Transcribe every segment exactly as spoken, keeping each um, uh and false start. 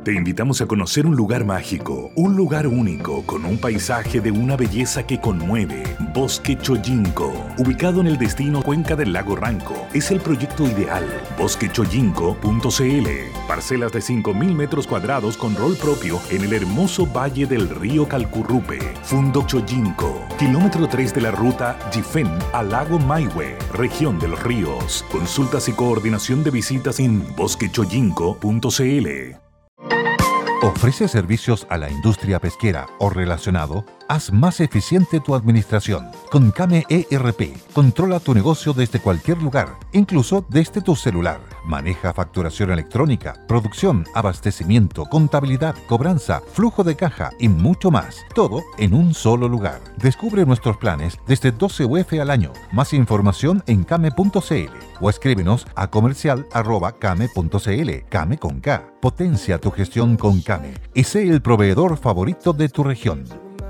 Te invitamos a conocer un lugar mágico, un lugar único, con un paisaje de una belleza que conmueve. Bosque Chojinco, ubicado en el destino Cuenca del Lago Ranco, es el proyecto ideal. bosque chojinco punto c l. Parcelas de cinco mil metros cuadrados con rol propio en el hermoso valle del río Calcurrupe. Fundo Chojinco, kilómetro tres de la ruta Jifén al lago Maihue, región de los ríos. Consultas y coordinación de visitas en bosque chojinco punto c l. ¿Ofrece servicios a la industria pesquera o relacionado? Haz más eficiente tu administración. Con Kame E R P, controla tu negocio desde cualquier lugar, incluso desde tu celular. Maneja facturación electrónica, producción, abastecimiento, contabilidad, cobranza, flujo de caja y mucho más. Todo en un solo lugar. Descubre nuestros planes desde doce U F al año. Más información en kame punto c l o escríbenos a comercial arroba kame punto c l. Kame con K. Potencia tu gestión con Kame y sé el proveedor favorito de tu región.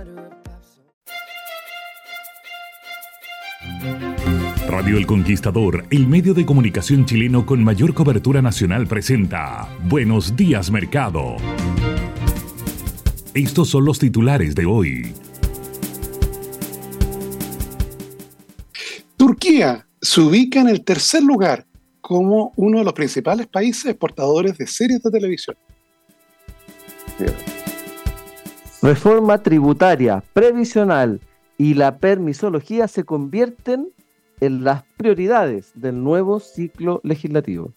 Radio El Conquistador, el medio de comunicación chileno con mayor cobertura nacional, presenta Buenos Días Mercado. Estos son los titulares de hoy. Turquía se ubica en el tercer lugar como uno de los principales países exportadores de series de televisión. Reforma tributaria, previsional y la permisología se convierten en las prioridades del nuevo ciclo legislativo.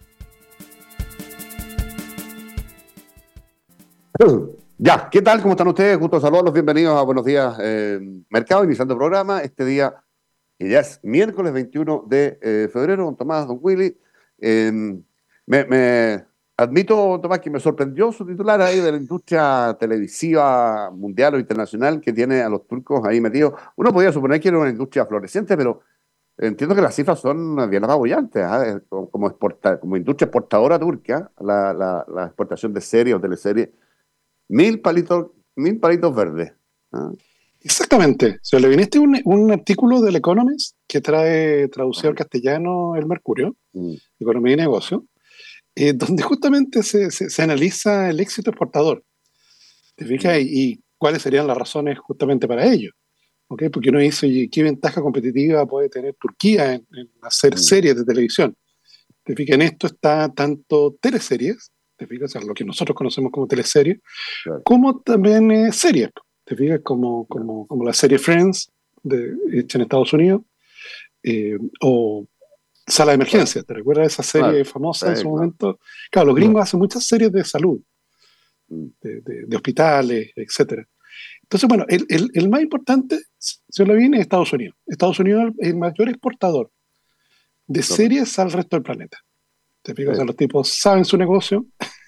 Ya, ¿qué tal? ¿Cómo están ustedes? Gusto saludarlos, bienvenidos a Buenos Días eh, Mercado, iniciando el programa, este día, que ya es miércoles veintiuno de eh, febrero, don Tomás, don Willy. Eh, me, me admito, don Tomás, que me sorprendió su titular ahí de la industria televisiva mundial o internacional que tiene a los turcos ahí metidos. Uno podría suponer que era una industria floreciente, pero entiendo que las cifras son bien apabullantes, ¿eh? como, como, exporta, como industria exportadora turca, la, la, la exportación de series o teleseries, mil palitos, mil palitos verdes. ¿eh? Exactamente. Se le viniste un, un artículo del Economist que trae traducido al castellano El Mercurio, mm. Economía y Negocio, eh, donde justamente se, se, se analiza el éxito exportador. ¿Te fijas? Mm. Y, y cuáles serían las razones justamente para ello. ¿Okay? Porque uno dice, ¿qué ventaja competitiva puede tener Turquía en, en hacer mm. series de televisión? ¿Te fijas? En esto está tanto teleseries, ¿te fijas? O sea, lo que nosotros conocemos como teleseries, claro. como también eh, series, ¿te fijas? Como, como, como la serie Friends, de, hecha en Estados Unidos, eh, o Sala de Emergencia, claro. ¿Te recuerdas de esa serie claro. famosa sí, en su claro. momento? Claro, los gringos claro. hacen muchas series de salud, de, de, de hospitales, etcétera. Entonces, bueno, el, el, el más importante, se lo viene, es Estados Unidos. Estados Unidos es el mayor exportador de claro. series al resto del planeta. ¿Te fijas? Sí. O sea, los tipos saben su negocio.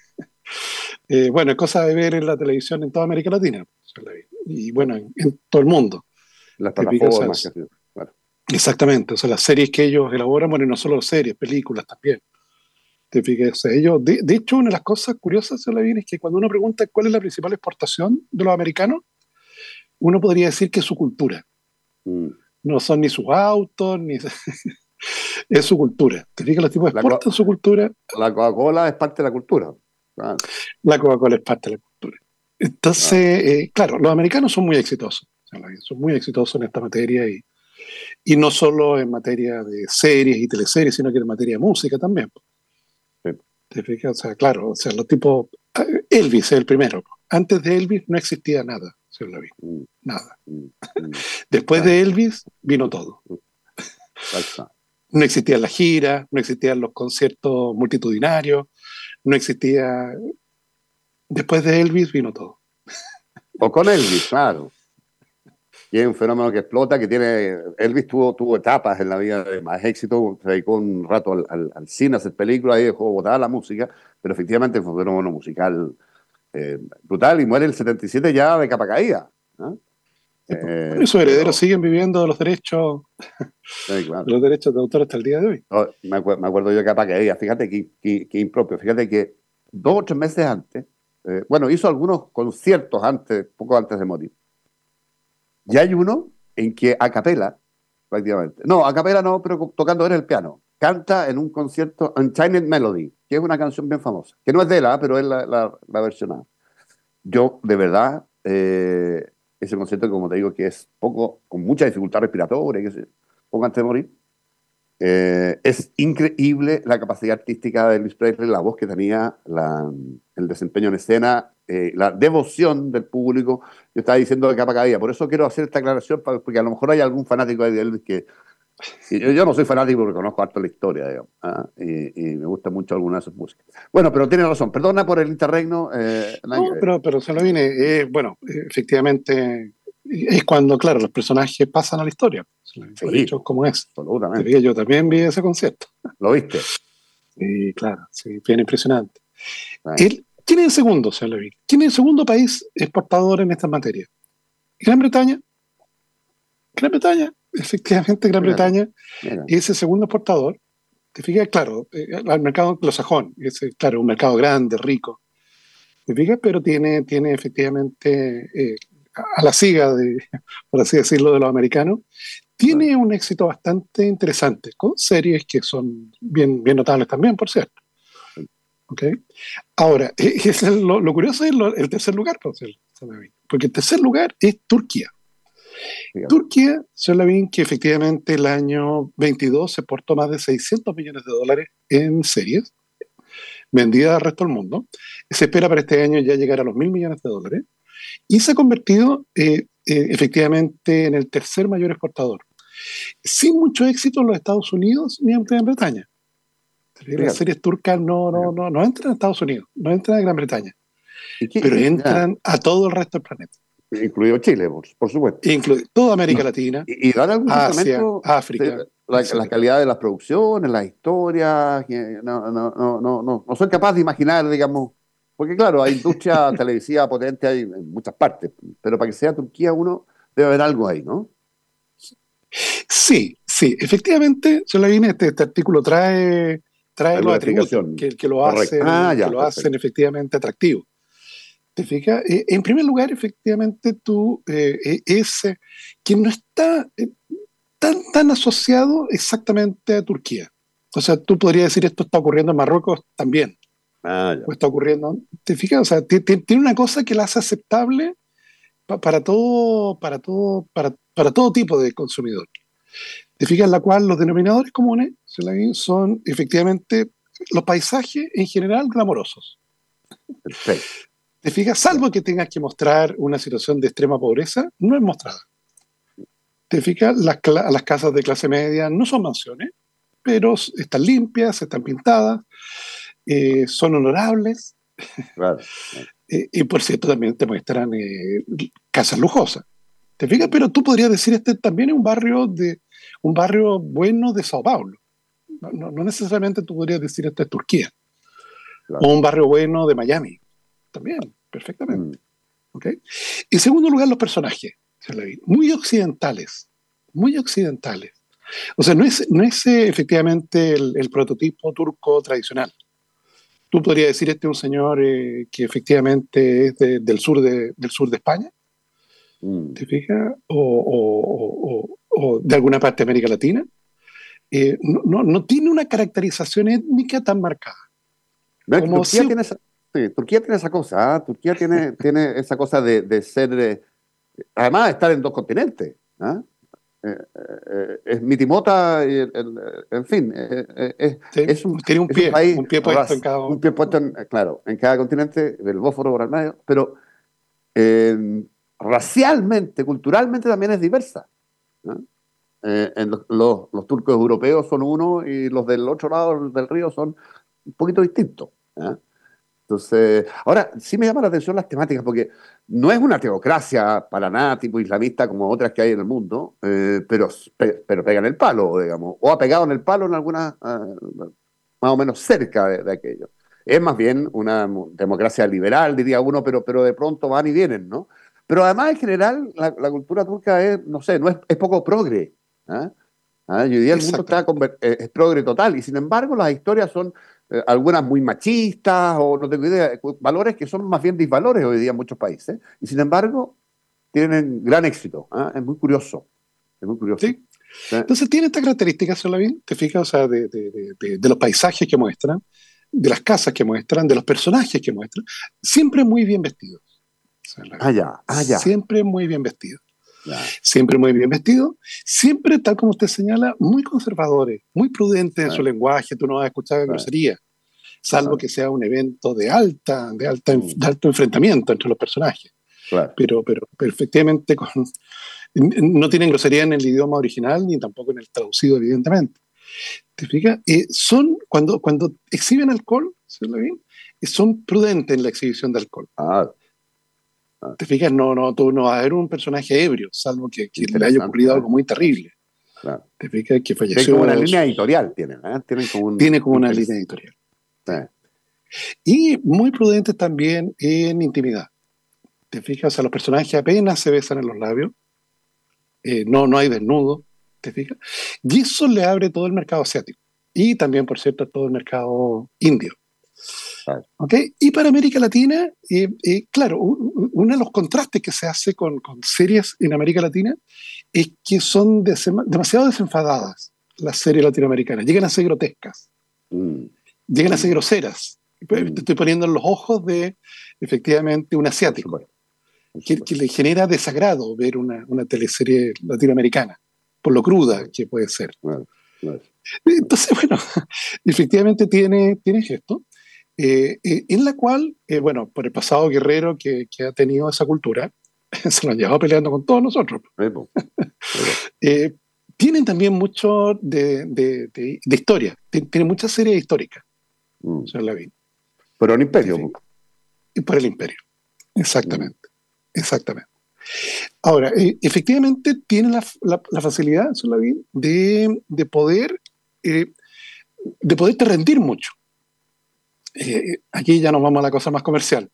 eh, bueno, es cosa de ver en la televisión en toda América Latina. Y bueno, en, en todo el mundo. Las plataformas. O sea, claro. Exactamente. O sea, las series que ellos elaboran, bueno, y no solo series, películas también. ¿Te fijas? O sea, ellos, de, de hecho, una de las cosas curiosas se la viene es que cuando uno pregunta cuál es la principal exportación de los americanos, uno podría decir que es su cultura. Mm. No son ni sus autos, ni... es su cultura. ¿Te fijas? Los tipos exportan co- su cultura. La Coca-Cola es parte de la cultura. Ah. La Coca-Cola es parte de la cultura. Entonces, ah. eh, claro, los americanos son muy exitosos. Son muy exitosos en esta materia y, y no solo en materia de series y teleseries, sino que en materia de música también. Sí. ¿Te fijas? O sea, claro, o sea, los tipos... Elvis es el primero. Antes de Elvis no existía nada. Mm. Nada. Mm. Después de Elvis vino todo. No existían las giras, no existían los conciertos multitudinarios, no existía... Después de Elvis vino todo. O con Elvis, claro. Y es un fenómeno que explota, que tiene... Elvis tuvo, tuvo etapas en la vida de más éxito, se dedicó un rato al, al, al cine, a hacer películas, ahí dejó botada la música, pero efectivamente fue un fenómeno musical eh, brutal, y muere el setenta y siete ya de capa caída. ¿eh? Eh, y sus herederos pero... siguen viviendo de los derechos sí, claro. de los derechos de autor hasta el día de hoy. No, me, acuerdo, me acuerdo yo de capa caída, fíjate que, que, que impropio, fíjate que dos o tres meses antes, eh, bueno, hizo algunos conciertos antes, poco antes de morir. Y hay uno en que a capela, prácticamente, no, a capela no, pero tocando era el piano, canta en un concierto Unchained Melody, que es una canción bien famosa, que no es de él, ¿ah? Pero es la, la, la versionada. Yo, de verdad, eh, ese concierto, como te digo, que es poco, con mucha dificultad respiratoria, que se, poco antes de morir, eh, es increíble la capacidad artística de Elvis Presley, la voz que tenía, la, el desempeño en escena, eh, la devoción del público. Yo estaba diciendo de capa caída, por eso quiero hacer esta aclaración, porque a lo mejor hay algún fanático de Elvis que... Yo, yo no soy fanático porque conozco harto la historia, digamos, ¿ah? y, y me gusta mucho alguna de sus músicas. Bueno, pero tiene razón, perdona por el interregno. Eh, no, pero, pero se lo viene, eh, bueno, efectivamente, es cuando, claro, los personajes pasan a la historia. Sí, dicho como es. Absolutamente. Yo también vi ese concierto. ¿Lo viste? Sí, claro, sí, bien impresionante. El, ¿Quién es el segundo, señor Levin? ¿Quién es el segundo país exportador en esta materia? ¿Gran Bretaña? Gran Bretaña. Efectivamente, Gran mira, Bretaña mira. es el segundo exportador. Te fijas, claro, eh, al mercado anglosajón, es claro, un mercado grande, rico. Te fijas, pero tiene, tiene efectivamente eh, a la siga, de, por así decirlo, de los americanos, tiene bueno. un éxito bastante interesante, con series que son bien, bien notables también, por cierto. ¿Okay? Ahora, es el, lo, lo curioso es lo, el tercer lugar, porque el tercer lugar es Turquía. Digamos. Turquía, señor Lavín, que efectivamente el año veintidós se exportó más de seiscientos millones de dólares en series vendidas al resto del mundo. Se espera para este año ya llegar a los mil millones de dólares y se ha convertido eh, eh, efectivamente en el tercer mayor exportador. Sin mucho éxito en los Estados Unidos ni en Gran Bretaña. Las series turcas no, no, no, no entran a Estados Unidos, no entran a Gran Bretaña, pero entran ya. a todo el resto del planeta. Incluido Chile, por, por supuesto. Incluido toda América no. Latina. Y, y dan algún Asia, África. De la, la calidad de las producciones, las historias. No, no, no, no, no, no soy capaz de imaginar, digamos. Porque, claro, hay industria televisiva potente hay en muchas partes. Pero para que sea Turquía, uno debe haber algo ahí, ¿no? Sí, sí. Efectivamente, señor Lavín, este, este artículo trae, trae los atributos que, que lo hacen, ah, ya, que lo hacen efectivamente atractivo. ¿Te fijas? Eh, en primer lugar, efectivamente, tú eh, es eh, que no está eh, tan, tan asociado exactamente a Turquía. O sea, tú podrías decir esto está ocurriendo en Marruecos también. Ah, ya. O está ocurriendo. ¿Te fijas? O sea, tiene una cosa que la hace aceptable pa, para todo, para todo, para, para todo tipo de consumidor. ¿Te fijas? En la cual los denominadores comunes son efectivamente los paisajes en general glamorosos. Perfecto. ¿Te fijas? Salvo que tengas que mostrar una situación de extrema pobreza, no es mostrada. ¿Te fijas? Las, las casas de clase media no son mansiones, pero están limpias, están pintadas, eh, son honorables. Claro. eh, y por cierto, también te muestran eh, casas lujosas. ¿Te fijas? Pero tú podrías decir este también es un barrio, de, un barrio bueno de Sao Paulo. No, no, no necesariamente tú podrías decir este es Turquía. Claro. O un barrio bueno de Miami. También, perfectamente. Mm. ¿Okay? En segundo lugar, los personajes, muy occidentales, muy occidentales. O sea, no es, no es eh, efectivamente el, el prototipo turco tradicional. Tú podrías decir, este es un señor eh, que efectivamente es de, del, sur de, del sur de España, mm. ¿te fijas? O, o, o, o de alguna parte de América Latina. Eh, no, no, no tiene una caracterización étnica tan marcada. No, como Turquía si... tiene esa... Sí, Turquía tiene esa cosa, ¿eh? Turquía tiene, tiene esa cosa de, de ser, eh, además de estar en dos continentes. ¿eh? Eh, eh, es Mitimota, y el, el, en fin, eh, eh, sí, es, un, tiene un es pie, un país, un pie puesto ras, en cada un pie puesto en, claro, en cada continente, del Bósforo por el medio, pero eh, racialmente, culturalmente también es diversa. ¿eh? Eh, en los, los, los turcos europeos son uno y los del otro lado del río son un poquito distintos. ¿eh? Entonces, ahora sí me llama la atención las temáticas, porque no es una teocracia para nada tipo islamista como otras que hay en el mundo, eh, pero, pe, pero pegan el palo, digamos, o ha pegado en el palo en algunas, uh, más o menos cerca de, de aquello. Es más bien una democracia liberal, diría uno, pero, pero de pronto van y vienen, ¿no? Pero además, en general, la, la cultura turca es, no sé, no es, es poco progre. ¿eh? ¿Ah? Y hoy día el mundo está eh, es progre total, y sin embargo las historias son eh, algunas muy machistas, o no tengo idea, valores que son más bien disvalores hoy día en muchos países, y sin embargo tienen gran éxito. ¿eh? Es muy curioso, es muy curioso. Sí, Sí. Entonces tiene esta característica, Solavín, te fijas, o sea, de, de, de, de, de los paisajes que muestran, de las casas que muestran, de los personajes que muestran, siempre muy bien vestidos. Ah, ya, ah, ya. Siempre muy bien vestidos. Ya. Siempre muy bien vestidos, siempre, tal como usted señala, muy conservadores, muy prudentes en Sí. su lenguaje, tú no vas a escuchar Sí. grosería, salvo Claro. que sea un evento de alta, de alta, Mm. de alto enfrentamiento entre los personajes. Claro. Pero, pero, pero efectivamente con, no tienen grosería en el idioma original ni tampoco en el traducido, evidentemente. ¿Te fijas? Eh, son, cuando, cuando exhiben alcohol, ¿sí lo ven? Eh, son prudentes en la exhibición de alcohol. Ah, ¿Te fijas? No, no, tú no vas a ver un personaje ebrio, salvo que, que le haya Interesante, ocurrido ¿eh? algo muy terrible. claro. ¿Te fijas? Que Tienen falleció. como una línea editorial, tienen, ¿eh? Tienen como un, Tiene como una interés. línea editorial. Sí. Y muy prudentes también en intimidad. ¿Te fijas? O sea, los personajes apenas se besan en los labios. Eh, no, no hay desnudo. ¿Te fijas? Y eso le abre todo el mercado asiático. Y también, por cierto, todo el mercado indio. Claro. ¿Okay? Y para América Latina, eh, eh, claro, un, uno de los contrastes que se hace con, con series en América Latina es que son desem- demasiado desenfadadas las series latinoamericanas. Llegan a ser grotescas, Mm. llegan a ser groseras. Mm. Te estoy poniendo en los ojos de, efectivamente, un asiático, Por supuesto. Por que, supuesto. que le genera desagrado ver una, una teleserie latinoamericana, por lo cruda que puede ser. Claro, claro. Entonces, bueno, efectivamente tiene, tiene gesto, eh, eh, en la cual, eh, bueno, por el pasado guerrero que, que ha tenido esa cultura, se lo han llevado peleando con todos nosotros. Sí, po. Sí, po. Eh, tienen también mucho de, de, de, de historia, tienen muchas series históricas, Mm. señor Lavín, Pero un imperio. Sí. po. y por el imperio. Exactamente, exactamente. Ahora, eh, efectivamente tienen la, la, la facilidad, señor Lavín, de, de poder eh, de poderte rendir mucho. Eh, aquí ya nos vamos a la cosa más comercial.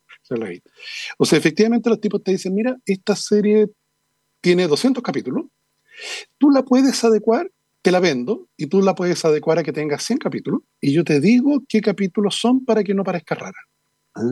O sea, efectivamente los tipos te dicen, mira, esta serie tiene doscientos capítulos, tú la puedes adecuar, te la vendo, y tú la puedes adecuar a que tenga cien capítulos, y yo te digo qué capítulos son para que no parezca rara. Ah,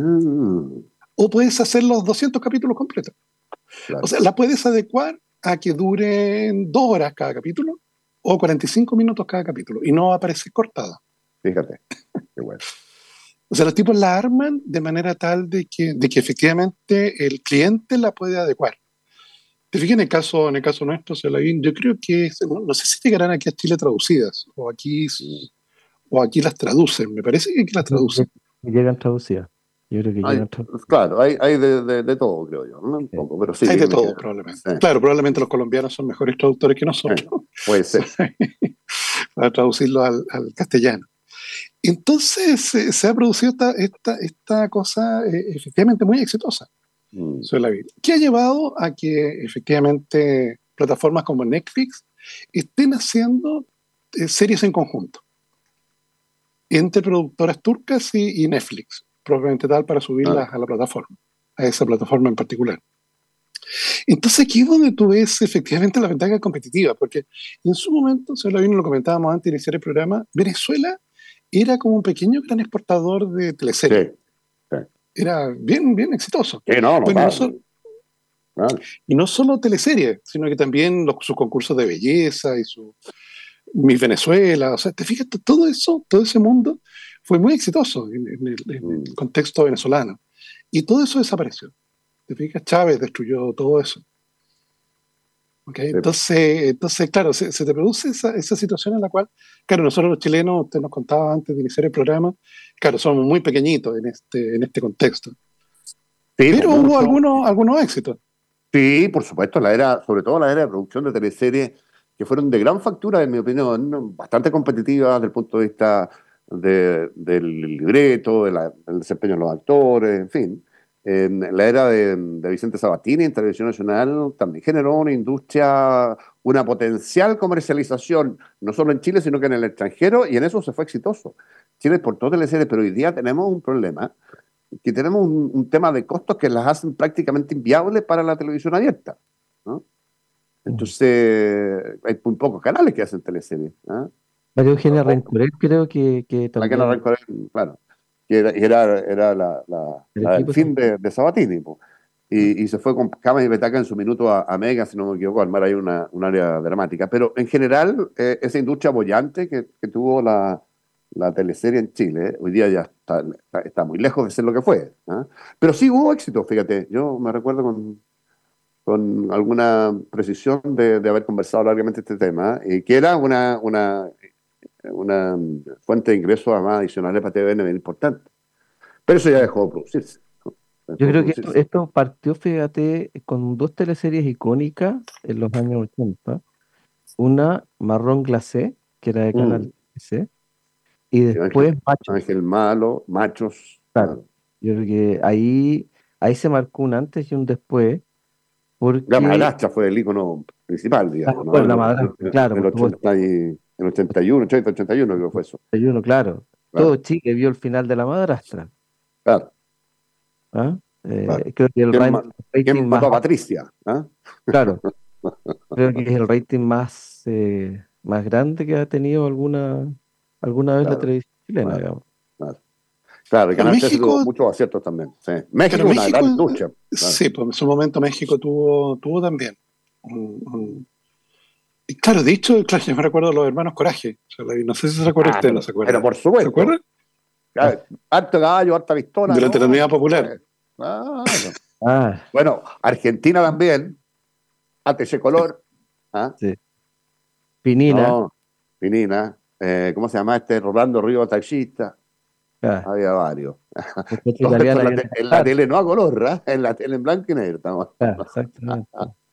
O puedes hacer los doscientos capítulos completos. claro. O sea, la puedes adecuar a que duren dos horas cada capítulo, o cuarenta y cinco minutos cada capítulo, y no va a parecer cortada. Fíjate. Qué bueno. O sea, los tipos la arman de manera tal de que, de que efectivamente el cliente la puede adecuar. Te fijas en el caso, en el caso nuestro, Solavín, yo creo que, es- no, no sé si llegarán aquí a Chile traducidas, o aquí, o aquí las traducen, me parece que aquí las traducen. Llegan traducidas. Yo creo que Hay, llegan traducidas. claro, hay, hay de, de, de todo, creo yo. ¿no? Un Sí. poco, pero sí. Hay de me todo, queda. probablemente. Sí. Claro, probablemente los colombianos son mejores traductores que nosotros Puede ser. para traducirlo al, al castellano. Entonces se, se ha producido esta, esta, esta cosa eh, efectivamente muy exitosa. Mm. Sobre la vida, que ha llevado a que efectivamente plataformas como Netflix estén haciendo eh, series en conjunto entre productoras turcas y, y Netflix, propiamente tal, para subirlas Ah. a la plataforma, a esa plataforma en particular. Entonces aquí es donde tú ves efectivamente la ventaja competitiva, porque en su momento, se lo vino, lo comentábamos antes de iniciar el programa, Venezuela era como un pequeño gran exportador de teleseries. Sí. Era bien, bien exitoso. Sí, no, no, Bueno, claro. eso- Claro. Y no solo teleseries, sino que también los, sus concursos de belleza y su Miss Venezuela. O sea, te fijas, t- todo eso, todo ese mundo fue muy exitoso en, en el, en el Mm. contexto venezolano. Y todo eso desapareció. Te fijas, Chávez destruyó todo eso. ¿Ok? Entonces, entonces, claro, se, se te produce esa, esa situación en la cual, claro, nosotros los chilenos, usted nos contaba antes de iniciar el programa, claro, somos muy pequeñitos en este, en este contexto. Sí, Pero por hubo mucho. algunos, algunos éxitos. Sí, por supuesto, la era, sobre todo la era de producción de teleseries que fueron de gran factura, en mi opinión, bastante competitivas desde el punto de vista de- del libreto, de la- del desempeño de los actores, en fin. En la era de, de Vicente Sabatini en Televisión Nacional también generó una industria, una potencial comercialización, no solo en Chile, sino que en el extranjero, y en eso se fue exitoso. Chile exportó teleseries, pero hoy día tenemos un problema, que tenemos un, un tema de costos que las hacen prácticamente inviables para la televisión abierta, ¿no? Entonces, hay muy pocos canales que hacen teleseries, ¿no? María Eugenia Ojo. Rencoret creo que, que La también. que no recuerdo, claro, que era, era, era la, la- El la del equipo fin de, de Sabatini, po. y, y se fue con Camas y Petaca en su minuto a, a Mega, si no me equivoco, a armar ahí una, un área dramática. Pero en general, eh, esa industria bollante que, que tuvo la, la teleserie en Chile, eh, hoy día ya está, está, está muy lejos de ser lo que fue. ¿Ah? Pero sí hubo éxito, fíjate. Yo me recuerdo con, con alguna precisión de, de haber conversado largamente este tema, y que era una, una, una fuente de ingresos además adicionales para T V N bien importante. Pero eso ya dejó de producirse. ¿No? Dejó Yo de creo que esto, producirse. esto partió, fíjate, con dos teleseries icónicas en los años ochenta. Una, Marrón Glacé, que era de Mm. Canal trece, y Y Ángel, después Machos. Ángel Malo, Machos, Claro, claro. yo creo que ahí, ahí se marcó un antes y un después, La porque, Madrastra fue el ícono principal, ah, digamos, ¿no? bueno, En, la el- madrastra, en- claro, en el por supuesto, ochenta y, en ochenta y uno, ochenta, ochenta y uno creo que fue eso. hay uno, claro, todo Claro, Chile vio el final de la madrastra, claro, ¿ah? claro. Eh, creo que el ¿Quién, ran- ma- rating quién mató más, a Patricia? ¿Ah? claro, creo que es el rating más, eh, más grande que ha tenido alguna, alguna vez la Claro, televisión chilena, claro, digamos. claro. Claro, el Pero Canal trece tuvo México, muchos aciertos también. Sí. pero México es una México, gran eh, industria. Claro. sí, pues en su momento México tuvo, tuvo también. un- un- y claro, de hecho, claro, yo me recuerdo de los hermanos Coraje. O sea, la- no sé si se acuerda Ah, usted, no pero, se pero acuerda. por ¿Se acuerda? supuesto. Claro, harto caballo, harta pistola, De la ¿no? telenovela popular. Eh, Claro. Ah, Bueno, Argentina también, A T C Sí. Color, ¿ah? sí. Pinina, No, Pinina, eh, ¿cómo se llama este? Rolando Río Taxista, ah, había varios. muchacha Todo esto italiana en la, que te- en la cantar, tele no a color, ¿ah? En la tele en blanco y negro estamos. ah, exactamente.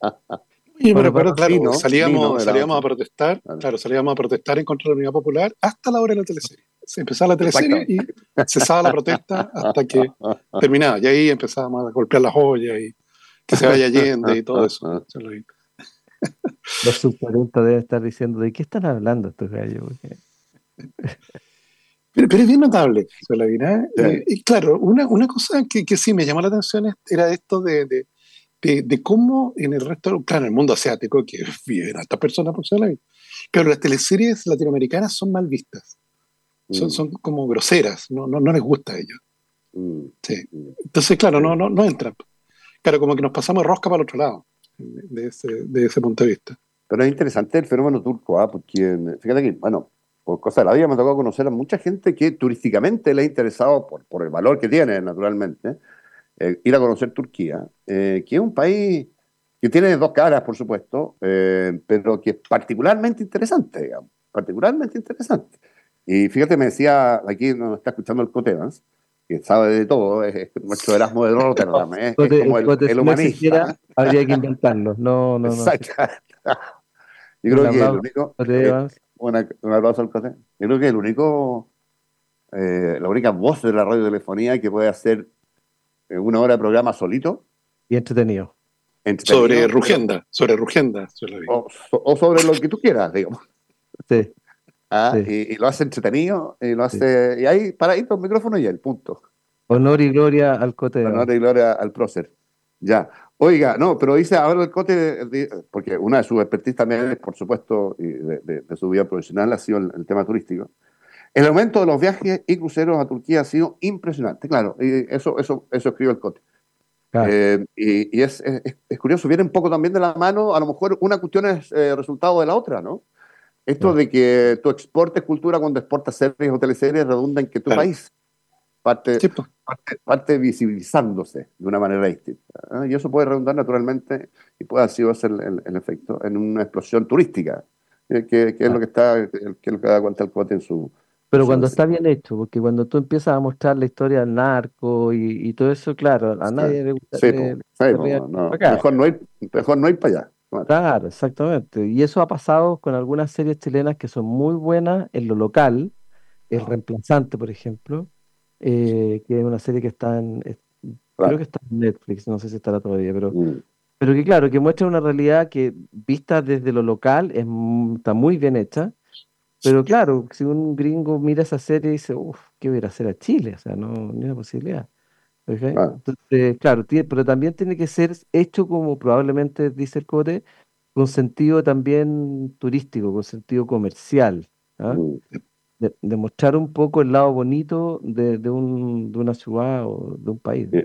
Yo me Bueno, recuerdo, para, claro, Lino, Lino salíamos, de la salíamos a noche. protestar, Claro. claro, salíamos a protestar en contra de la unidad popular hasta la hora de la teleserie. Se empezaba la teleserie y Exactamente. cesaba la protesta hasta que terminaba. Y ahí empezábamos a golpear las ollas y que se vaya Allende y todo eso. Se lo vi. los subcuarenta deben estar diciendo, ¿de qué están hablando estos gallos? Porque- Pero, pero es bien notable, Solavina. Sí. Eh, y claro, una, una cosa que, que sí me llamó la atención es- era esto de, de, de, de cómo en el resto, claro, en el mundo asiático, que viven altas personas por Solavina, pero las teleseries latinoamericanas son mal vistas, son, Mm, son como groseras, no, no, no les gusta a ellos. mm, Sí. mm. Entonces, claro, Sí. no, no, no entran. Claro, como que nos pasamos de rosca para el otro lado, de ese, de ese punto de vista. Pero es interesante el fenómeno turco, ¿ah? Porque eh, fíjate que, bueno, por cosa de la vida me ha tocado conocer a mucha gente que turísticamente le ha interesado, por, por el valor que tiene, naturalmente, eh, ir a conocer Turquía, eh, que es un país que tiene dos caras, por supuesto, eh, pero que es particularmente interesante, digamos, particularmente interesante. Y fíjate, me decía, aquí nos está escuchando el Cote Evans, que sabe de todo, es, es nuestro Erasmo de Rotterdam, es, es Cote- como el el, cote, el si no existiera, humanista. habría que inventarlo. No, no, no. Sí. Exacto. Yo Un creo que el aplauso, único, Cote eh, Evans. una- un aplauso al Cote. Yo creo que el único, eh, la única voz de la radiotelefonía que puede hacer eh, una hora de programa solito, Y entretenido. entretenido, Sobre pero- Rugenda, sobre Rugenda, Solavina. o, so- o sobre lo que tú quieras, digamos. Sí, Ah, sí, y, y lo hace entretenido, y lo hace, y ahí para ir con el micrófono y el punto. honor y gloria al Cote Evans. Honor y gloria al prócer. Ya. Oiga, no, pero dice ahora el Cote, de- de- porque una de sus expertise también es, por supuesto, y de, de- de su vida profesional ha sido el, el tema turístico. El aumento de los viajes y cruceros a Turquía ha sido impresionante. Claro, y eso, eso, eso escribe el Cote. Claro. Eh, y y es, es- es curioso, viene un poco también de la mano, a lo mejor una cuestión es eh, resultado de la otra, ¿no? Esto Claro. de que tú exportes cultura cuando exportas series o teleseries redunda en que tu Claro. país parte, Sí, pues. parte, parte visibilizándose de una manera distinta. ¿eh? Y eso puede redundar naturalmente, y puede así ser el, el- el efecto, en una explosión turística, eh, que, que es lo que está, que es lo que da cuenta el Cote en su... Pero en su cuando ensayo. está bien hecho, porque cuando tú empiezas a mostrar la historia del narco y, y todo eso, claro, a Sí, nadie le gusta. sí, le- po, le sí, querría po, ir no, para acá. mejor, no ir, mejor no ir para allá. Claro. Claro, exactamente. Y eso ha pasado con algunas series chilenas que son muy buenas en lo local. El Reemplazante, por ejemplo, eh, que es una serie que está en, es- creo Claro. que está en Netflix, no sé si estará todavía, pero, Mm, pero que claro, que muestra una realidad que vista desde lo local es, mu- está muy bien hecha. Pero claro, si un gringo mira esa serie y dice, uff, ¿qué voy a ir a hacer a Chile? O sea, no, ni una posibilidad. ¿Ok? claro. Entonces, claro, tie- pero también tiene que ser hecho como probablemente dice el Cote, con sentido también turístico, con sentido comercial, ¿ah? Mm, De, de mostrar un poco el lado bonito de, de, un, de una ciudad o de un país, Sí. ¿no?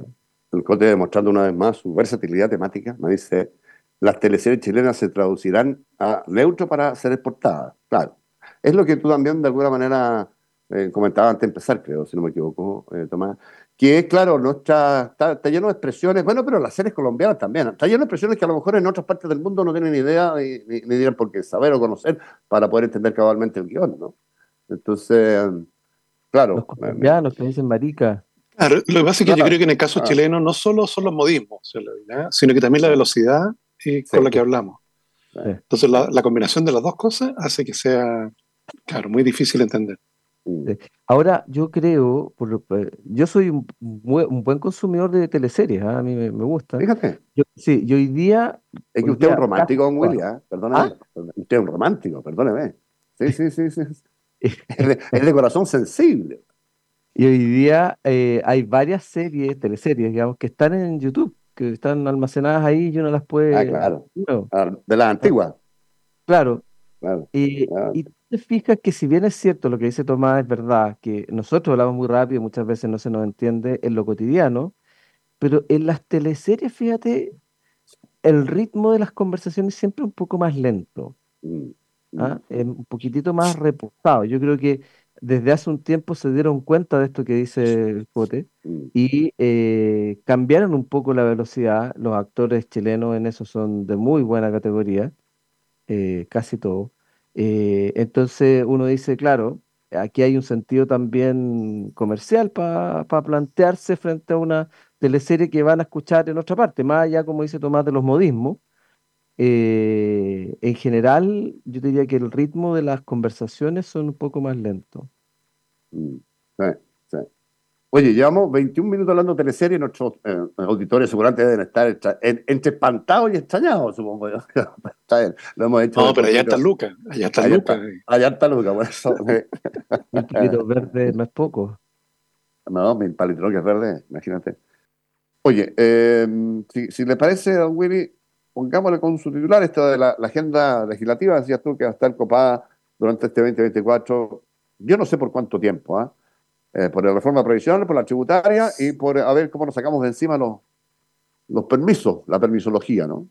el Cote demostrando una vez más su versatilidad temática, me dice, las teleseries chilenas se traducirán a neutro para ser exportadas. Claro, es lo que tú también de alguna manera eh, comentabas antes de empezar, creo, si no me equivoco, eh, Tomás, que es, claro, no está, está, está lleno de expresiones, bueno, pero las series colombianas también, está lleno de expresiones que a lo mejor en otras partes del mundo no tienen idea ni, ni, ni tienen por qué saber o conocer para poder entender cabalmente el guión, ¿no? Entonces, Los claro, me- me- colombianos que dicen marica. Claro, lo que pasa es que yo claro, creo que en el caso ah, chileno no solo son los modismos, o sea, la verdad, sino que también la velocidad eh, sí, con la que hablamos. sí, Sí. Entonces, la, la combinación de las dos cosas hace que sea, claro, muy difícil de entender. mm. Sí. Ahora, yo creo, por lo- eh, yo soy un, buen un buen consumidor de teleseries, ¿ah? A mí me, me gustan. Fíjate, Yo, sí, yo hoy día, es que hoy usted es un día casi romántico, don todas. Willy, ¿ah? ¿Ah? Perdóneme, usted es un romántico, perdóneme. Sí, sí, sí, sí. Es de, es de corazón sensible. Y hoy día eh, hay varias series, teleseries, digamos, que están en YouTube, que están almacenadas ahí y uno las Ah, puede... claro. No, Ah, de las antiguas, claro. claro. Y, Ah, y tú te fijas que si bien es cierto lo que dice Tomás, es verdad, que nosotros hablamos muy rápido, muchas veces no se nos entiende en lo cotidiano, pero en las teleseries, fíjate, el ritmo de las conversaciones siempre un poco más lento, mm, mm, ¿ah? Eh, un poquitito más reposado. Yo creo que desde hace un tiempo se dieron cuenta de esto que dice el Cote mm, y eh, cambiaron un poco la velocidad. Los actores chilenos en eso son de muy buena categoría, eh, casi todos. Eh, entonces uno dice, claro, aquí hay un sentido también comercial para plantearse frente a una teleserie que van a escuchar en otra parte, más allá, como dice Tomás, de los modismos. Eh, en general, yo diría que el ritmo de las conversaciones son un poco más lentos. mm. Sí, sí. Oye, llevamos veintiún minutos hablando de teleserie y nuestros eh, auditores seguramente deben estar extra- en- entre espantados y extrañados, supongo yo. Está bien, lo hemos hecho No, de pero allá cortito. está Lucas, allá está Allá Lucas. está, allá está Luca, por eso. Mil palitos verdes no es poco. No, mi palitroque es verde, imagínate. Oye, eh, si, si le parece, don Willy, pongámosle con su titular esto de la, la agenda legislativa, decías tú que va a estar copada durante este veinte veinticuatro, yo no sé por cuánto tiempo, ¿ah? Eh, por la reforma previsional, por la tributaria y por a ver cómo nos sacamos de encima los, los permisos, la permisología, ¿no?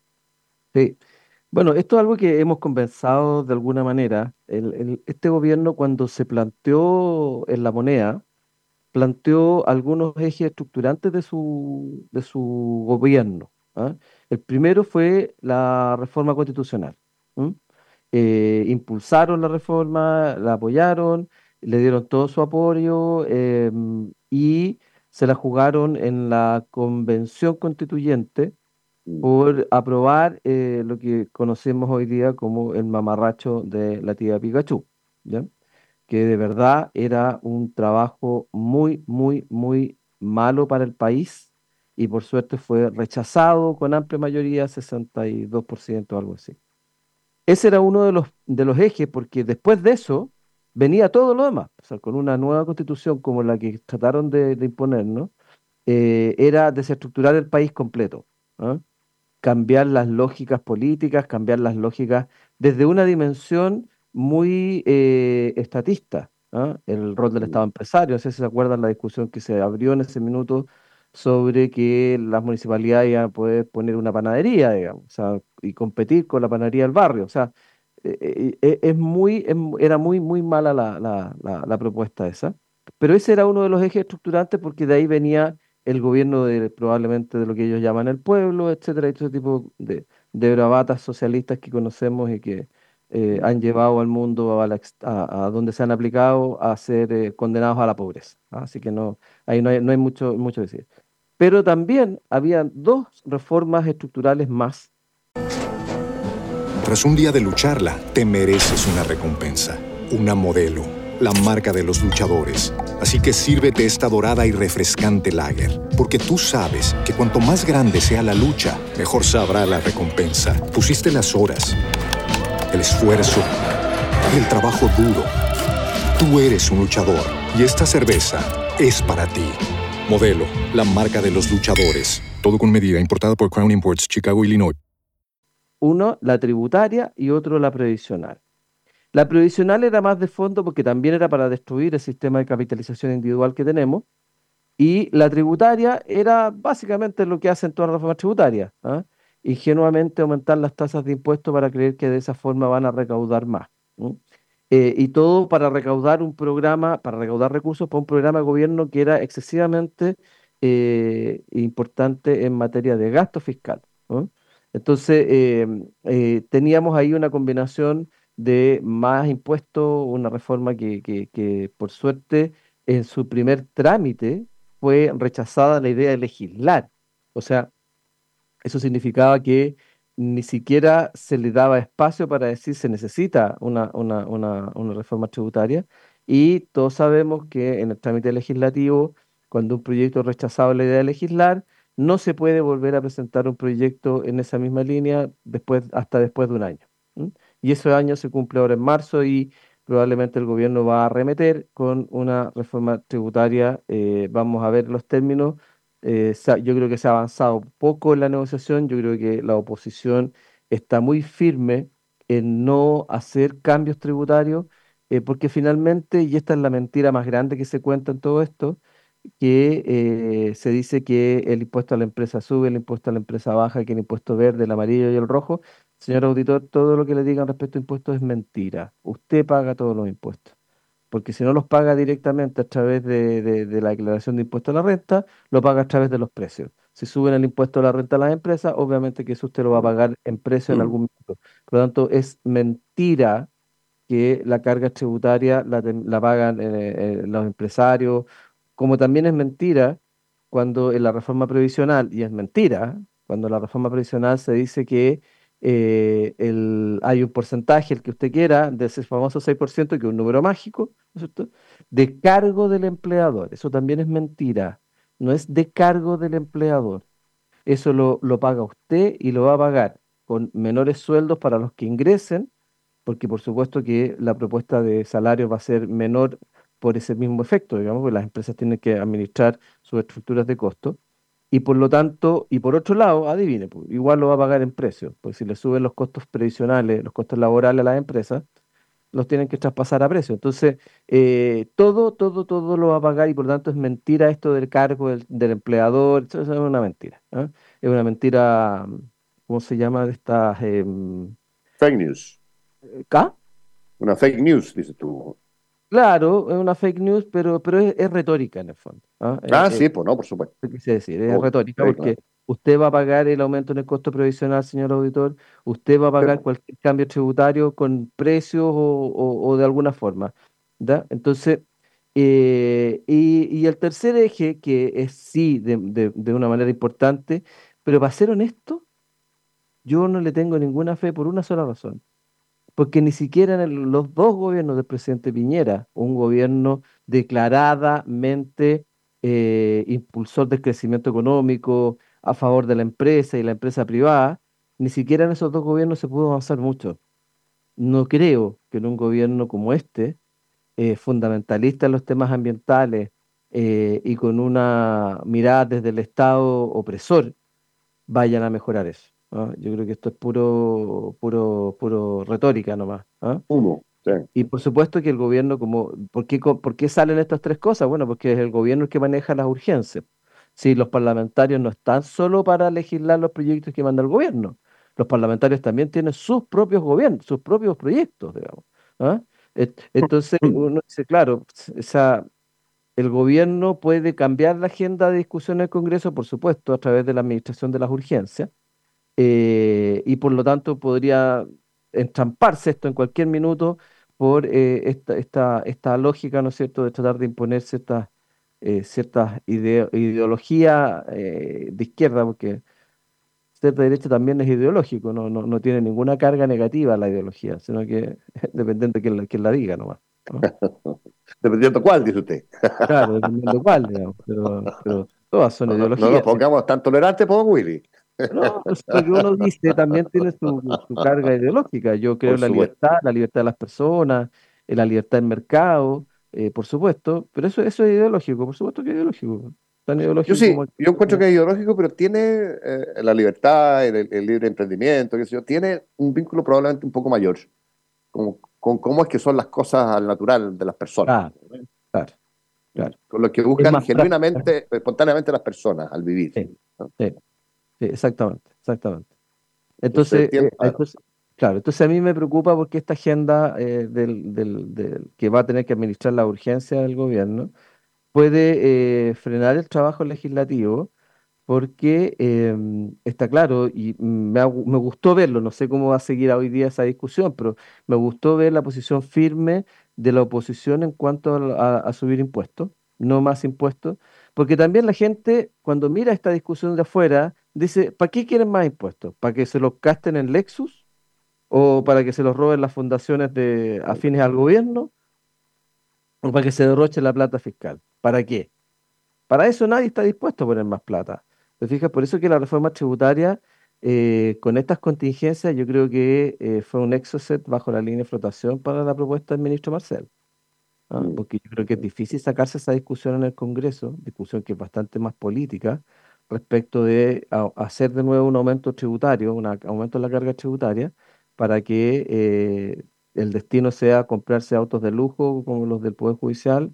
Sí. Bueno, esto es algo que hemos conversado de alguna manera. El- el- este gobierno, cuando se planteó en la moneda, planteó algunos ejes estructurantes de su, de su gobierno. ¿Ah? El primero fue la reforma constitucional. ¿M? Eh, impulsaron la reforma, la apoyaron, le dieron todo su apoyo em, y se la jugaron en la convención constituyente Mm, por aprobar eh, lo que conocemos hoy día como el mamarracho de la tía Pikachu, ¿ya? Que de verdad era un trabajo muy, muy, muy malo para el país y por suerte fue rechazado con amplia mayoría, sesenta y dos por ciento o algo así. Ese era uno de los, de los ejes porque después de eso venía todo lo demás, o sea, con una nueva constitución como la que trataron de, de imponernos, eh, era desestructurar el país completo. ¿Ah? Cambiar las lógicas políticas, cambiar las lógicas desde una dimensión muy eh, estatista, ¿ah? El rol del mm, Estado empresario. No sé si se acuerdan la discusión que se abrió en ese minuto sobre que las municipalidades iban a poder poner una panadería, digamos, o sea, y competir con la panadería del barrio. O sea, eh, eh, eh, es muy, es mu- era muy, muy mala la, la, la, la propuesta esa. Pero ese era uno de los ejes estructurantes porque de ahí venía el gobierno de probablemente de lo que ellos llaman el pueblo, etcétera, y todo ese tipo de, de bravatas socialistas que conocemos y que eh, mm. han llevado al mundo a, la ex- a- a donde se han aplicado a ser eh, condenados a la pobreza. ¿Ah? Así que no, ahí no hay, no hay mucho, mucho que decir. Pero también había dos reformas estructurales más. Tras un día de lucharla, te mereces una recompensa, una Modelo, la marca de los luchadores. Así que sírvete esta dorada y refrescante lager, porque tú sabes que cuanto más grande sea la lucha, mejor sabrá la recompensa. Pusiste las horas, el esfuerzo, el trabajo duro. Tú eres un luchador y esta cerveza es para ti. Modelo, la marca de los luchadores. Todo con medida, importada por Crown Imports, Chicago, Illinois. Uno, la tributaria y otro, la previsional. La previsional era más de fondo porque también era para destruir el sistema de capitalización individual que tenemos. Y la tributaria era básicamente lo que hacen todas las reformas tributarias, ¿ah? Ingenuamente aumentar las tasas de impuestos para creer que de esa forma van a recaudar más. ¿Mm? Eh, y todo para recaudar un programa, para recaudar recursos para un programa de gobierno que era excesivamente eh, importante en materia de gasto fiscal, ¿no? Entonces, eh, eh, teníamos ahí una combinación de más impuestos, una reforma que, que, que, por suerte en su primer trámite fue rechazada la idea de legislar. O sea, eso significaba que ni siquiera se le daba espacio para decir se necesita una, una, una, una reforma tributaria, y todos sabemos que en el trámite legislativo, cuando un proyecto es rechazado la idea de legislar, no se puede volver a presentar un proyecto en esa misma línea después, hasta después de un año. ¿M? Y ese año se cumple ahora en marzo, y probablemente el gobierno va a arremeter con una reforma tributaria. Eh, vamos a ver los términos. Eh, se ha- yo creo que se ha avanzado poco en la negociación. Yo creo que la oposición está muy firme en no hacer cambios tributarios, eh, porque finalmente, y esta es la mentira más grande que se cuenta en todo esto, que eh, se dice que el impuesto a la empresa sube, el impuesto a la empresa baja, que el impuesto verde, el amarillo y el rojo. Señor auditor, todo lo que le digan respecto a impuestos es mentira. Usted paga todos los impuestos, porque si no los paga directamente a través de, de- de la declaración de impuesto a la renta, lo paga a través de los precios. Si suben el impuesto a la renta a las empresas, obviamente que eso usted lo va a pagar en precio en algún momento. Por lo tanto, es mentira que la carga tributaria la, ten- la pagan eh, eh, los empresarios, como también es mentira cuando en la reforma previsional, y es mentira, cuando en la reforma previsional se dice que eh, el, hay un porcentaje, el que usted quiera, de ese famoso seis por ciento, que es un número mágico, ¿no es cierto?, de cargo del empleador. Eso también es mentira, no es de cargo del empleador. Eso lo, lo paga usted, y lo va a pagar con menores sueldos para los que ingresen, porque por supuesto que la propuesta de salario va a ser menor por ese mismo efecto, digamos, porque las empresas tienen que administrar sus estructuras de costo. Y por lo tanto, y por otro lado, adivine, pues, igual lo va a pagar en precio, pues si le suben los costos previsionales, los costos laborales a las empresas, los tienen que traspasar a precio. Entonces, eh, todo, todo, todo lo va a pagar, y por lo tanto es mentira esto del cargo del, del empleador. Eso, eso es una mentira, ¿ah? Es una mentira. ¿Cómo se llama? De estas... em, Fake news. ¿K? Una fake news, dices tú. Claro, es una fake news, pero, pero es, es retórica en el fondo, ¿ah? Eh, Ah, eh, sí, pues no, por supuesto. ¿qué quise decir? Es Obvio. retórica Sí, claro. porque usted va a pagar el aumento en el costo previsional, señor auditor, usted va a Sí, pagar pues. cualquier cambio tributario con precios o, o- o de alguna forma, ¿ya? Entonces, eh, y, y el tercer eje, que es sí de, de de una manera importante, pero para ser honesto, yo no le tengo ninguna fe por una sola razón. Porque ni siquiera en el- los dos gobiernos del presidente Piñera, un gobierno declaradamente eh, impulsor del crecimiento económico, a favor de la empresa y la empresa privada, ni siquiera en esos dos gobiernos se pudo avanzar mucho. No creo que en un gobierno como este, eh, fundamentalista en los temas ambientales, eh, y con una mirada desde el Estado opresor, vayan a mejorar eso, ¿ah? Yo creo que esto es puro, puro, puro retórica nomás, ¿ah? Uno, sí. Y por supuesto que el gobierno, como, ¿por qué, co- por qué salen estas tres cosas? Bueno, porque es el gobierno el que maneja las urgencias. Si los parlamentarios no están solo para legislar los proyectos que manda el gobierno, los parlamentarios también tienen sus propios gobiernos, sus propios proyectos, digamos, ¿ah? Et- Entonces, uno dice, claro, esa, el gobierno puede cambiar la agenda de discusión en el Congreso, por supuesto, a través de la administración de las urgencias, eh, y por lo tanto podría entramparse esto en cualquier minuto por eh, esta, esta, esta lógica, ¿no es cierto?, de tratar de imponer ciertas, eh, ciertas ideo- ideologías eh, de izquierda, porque ser de derecha también es ideológico, no, no, no tiene ninguna carga negativa la ideología, sino que dependiendo de quién la, quién la diga nomás, ¿no? Dependiendo cuál, dice usted. Claro, dependiendo cuál, digamos, pero, pero todas son No, no, no nos ideologías. pongamos tan tolerantes, pues, Willy. No, pues lo que uno dice también tiene su, su carga ideológica. Yo creo Por en la supuesto. libertad, la libertad de las personas, en la libertad del mercado, eh, por supuesto, pero eso, eso es ideológico, por supuesto que es ideológico, tan Yo ideológico sí, como... yo encuentro como- que es ideológico, pero tiene eh, la libertad, el, el libre emprendimiento, qué sé yo, tiene un vínculo probablemente un poco mayor con, con cómo es que son las cosas al natural de las personas. Ah, claro. Claro. Con lo que Es buscan más práctico. genuinamente, espontáneamente las personas al vivir. Sí, ¿no? sí, sí, exactamente, exactamente. Entonces, Entonces, entiendo, eh, claro. entonces, claro, entonces a mí me preocupa porque esta agenda eh, del, del- del- que va a tener que administrar la urgencia del gobierno puede eh, frenar el trabajo legislativo porque em, está claro, y me, ha gu- me gustó verlo, no sé cómo va a seguir hoy día esa discusión, pero me gustó ver la posición firme de la oposición en cuanto a, a- a subir impuestos, no más impuestos, porque también la gente cuando mira esta discusión de afuera dice, ¿para qué quieren más impuestos? ¿Para que se los gasten en Lexus? ¿O para que se los roben las fundaciones de afines al gobierno? ¿O para que se derroche la plata fiscal? ¿Para qué? Para eso nadie está dispuesto a poner más plata. ¿Te fijas? Por eso que la reforma tributaria, eh, con estas contingencias, yo creo que eh, fue un exocet bajo la línea de flotación para la propuesta del ministro Marcel. ¿Ah? Mm. Porque yo creo que es difícil sacarse esa discusión en el Congreso, discusión que es bastante más política, respecto de a- hacer de nuevo un aumento tributario, un aumento de la carga tributaria, para que eh, el destino sea comprarse autos de lujo como los del Poder Judicial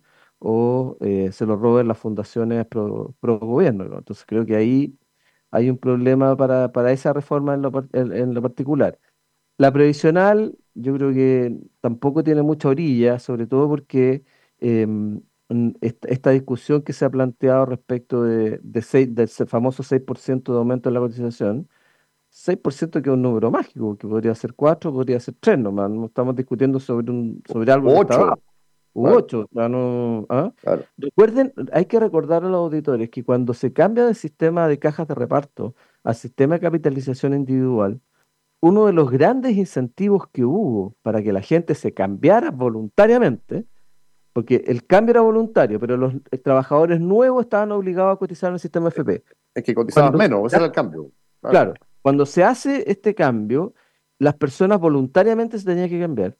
o eh, se los roben las fundaciones pro, pro gobierno, ¿no? Entonces creo que ahí hay un problema para, para esa reforma en lo, par- en en lo particular. La previsional, yo creo que tampoco tiene mucha orilla, sobre todo porque em, mm, esta, esta discusión que se ha planteado respecto de, de seis- del se- famoso seis por ciento de aumento en la cotización, seis por ciento que es un número mágico, que podría ser cuatro, podría ser tres nomás, no estamos discutiendo sobre, un, sobre algo que está Ocho, abajo, u claro, ocho, o sea, no, ¿ah? claro. Recuerden, hay que recordar a los auditores que cuando se cambia del sistema de cajas de reparto al sistema de capitalización individual, uno de los grandes incentivos que hubo para que la gente se cambiara voluntariamente, porque el cambio era voluntario, pero los eh, trabajadores nuevos estaban obligados a cotizar en el sistema F P. Es que cotizabas Cuando, menos, ese ya- era el cambio. Claro. claro, cuando se hace este cambio, las personas voluntariamente se tenían que cambiar.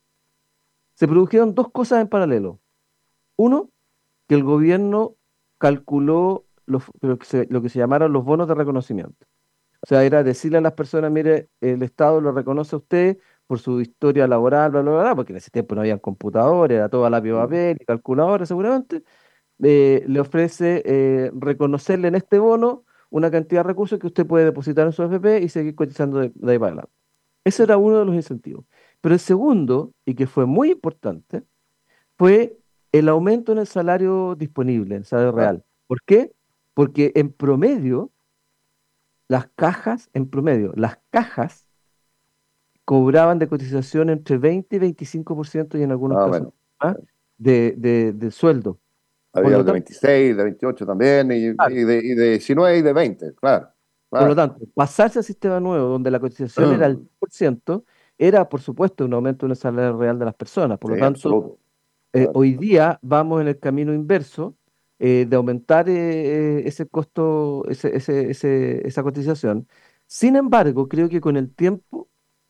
Se produjeron dos cosas en paralelo. Uno, que el gobierno calculó los- lo que se, lo que se llamaron los bonos de reconocimiento. O sea, era decirle a las personas, mire, el Estado lo reconoce a usted por su historia laboral, bla, bla, bla, bla, porque en ese tiempo no había computadores, era todo a lápiz y Mm. papel y calculadora seguramente, eh, le ofrece eh, reconocerle en este bono una cantidad de recursos que usted puede depositar en su F P y seguir cotizando de, de ahí para adelante. Ese era uno de los incentivos. Pero el segundo, y que fue muy importante, fue el aumento en el salario disponible, el salario Claro. real. ¿Por qué? Porque en promedio, las cajas, en promedio, las cajas cobraban de cotización entre veinte y veinticinco por ciento y en algunos Más o casos menos. más de, de, de sueldo. Por Había lo de tanto, veintiséis, de veintiocho también, y, y claro, de, y de diecinueve y de veinte, claro. por lo Claro. tanto, pasarse al sistema nuevo donde la cotización era el diez por ciento era, por supuesto, un aumento en el salario real de las personas. Por lo Sí, tanto, absoluto. eh, Claro. hoy día vamos en el camino inverso eh, de aumentar eh, eh, ese costo, ese, ese, ese- esa cotización. Sin embargo, creo que con el tiempo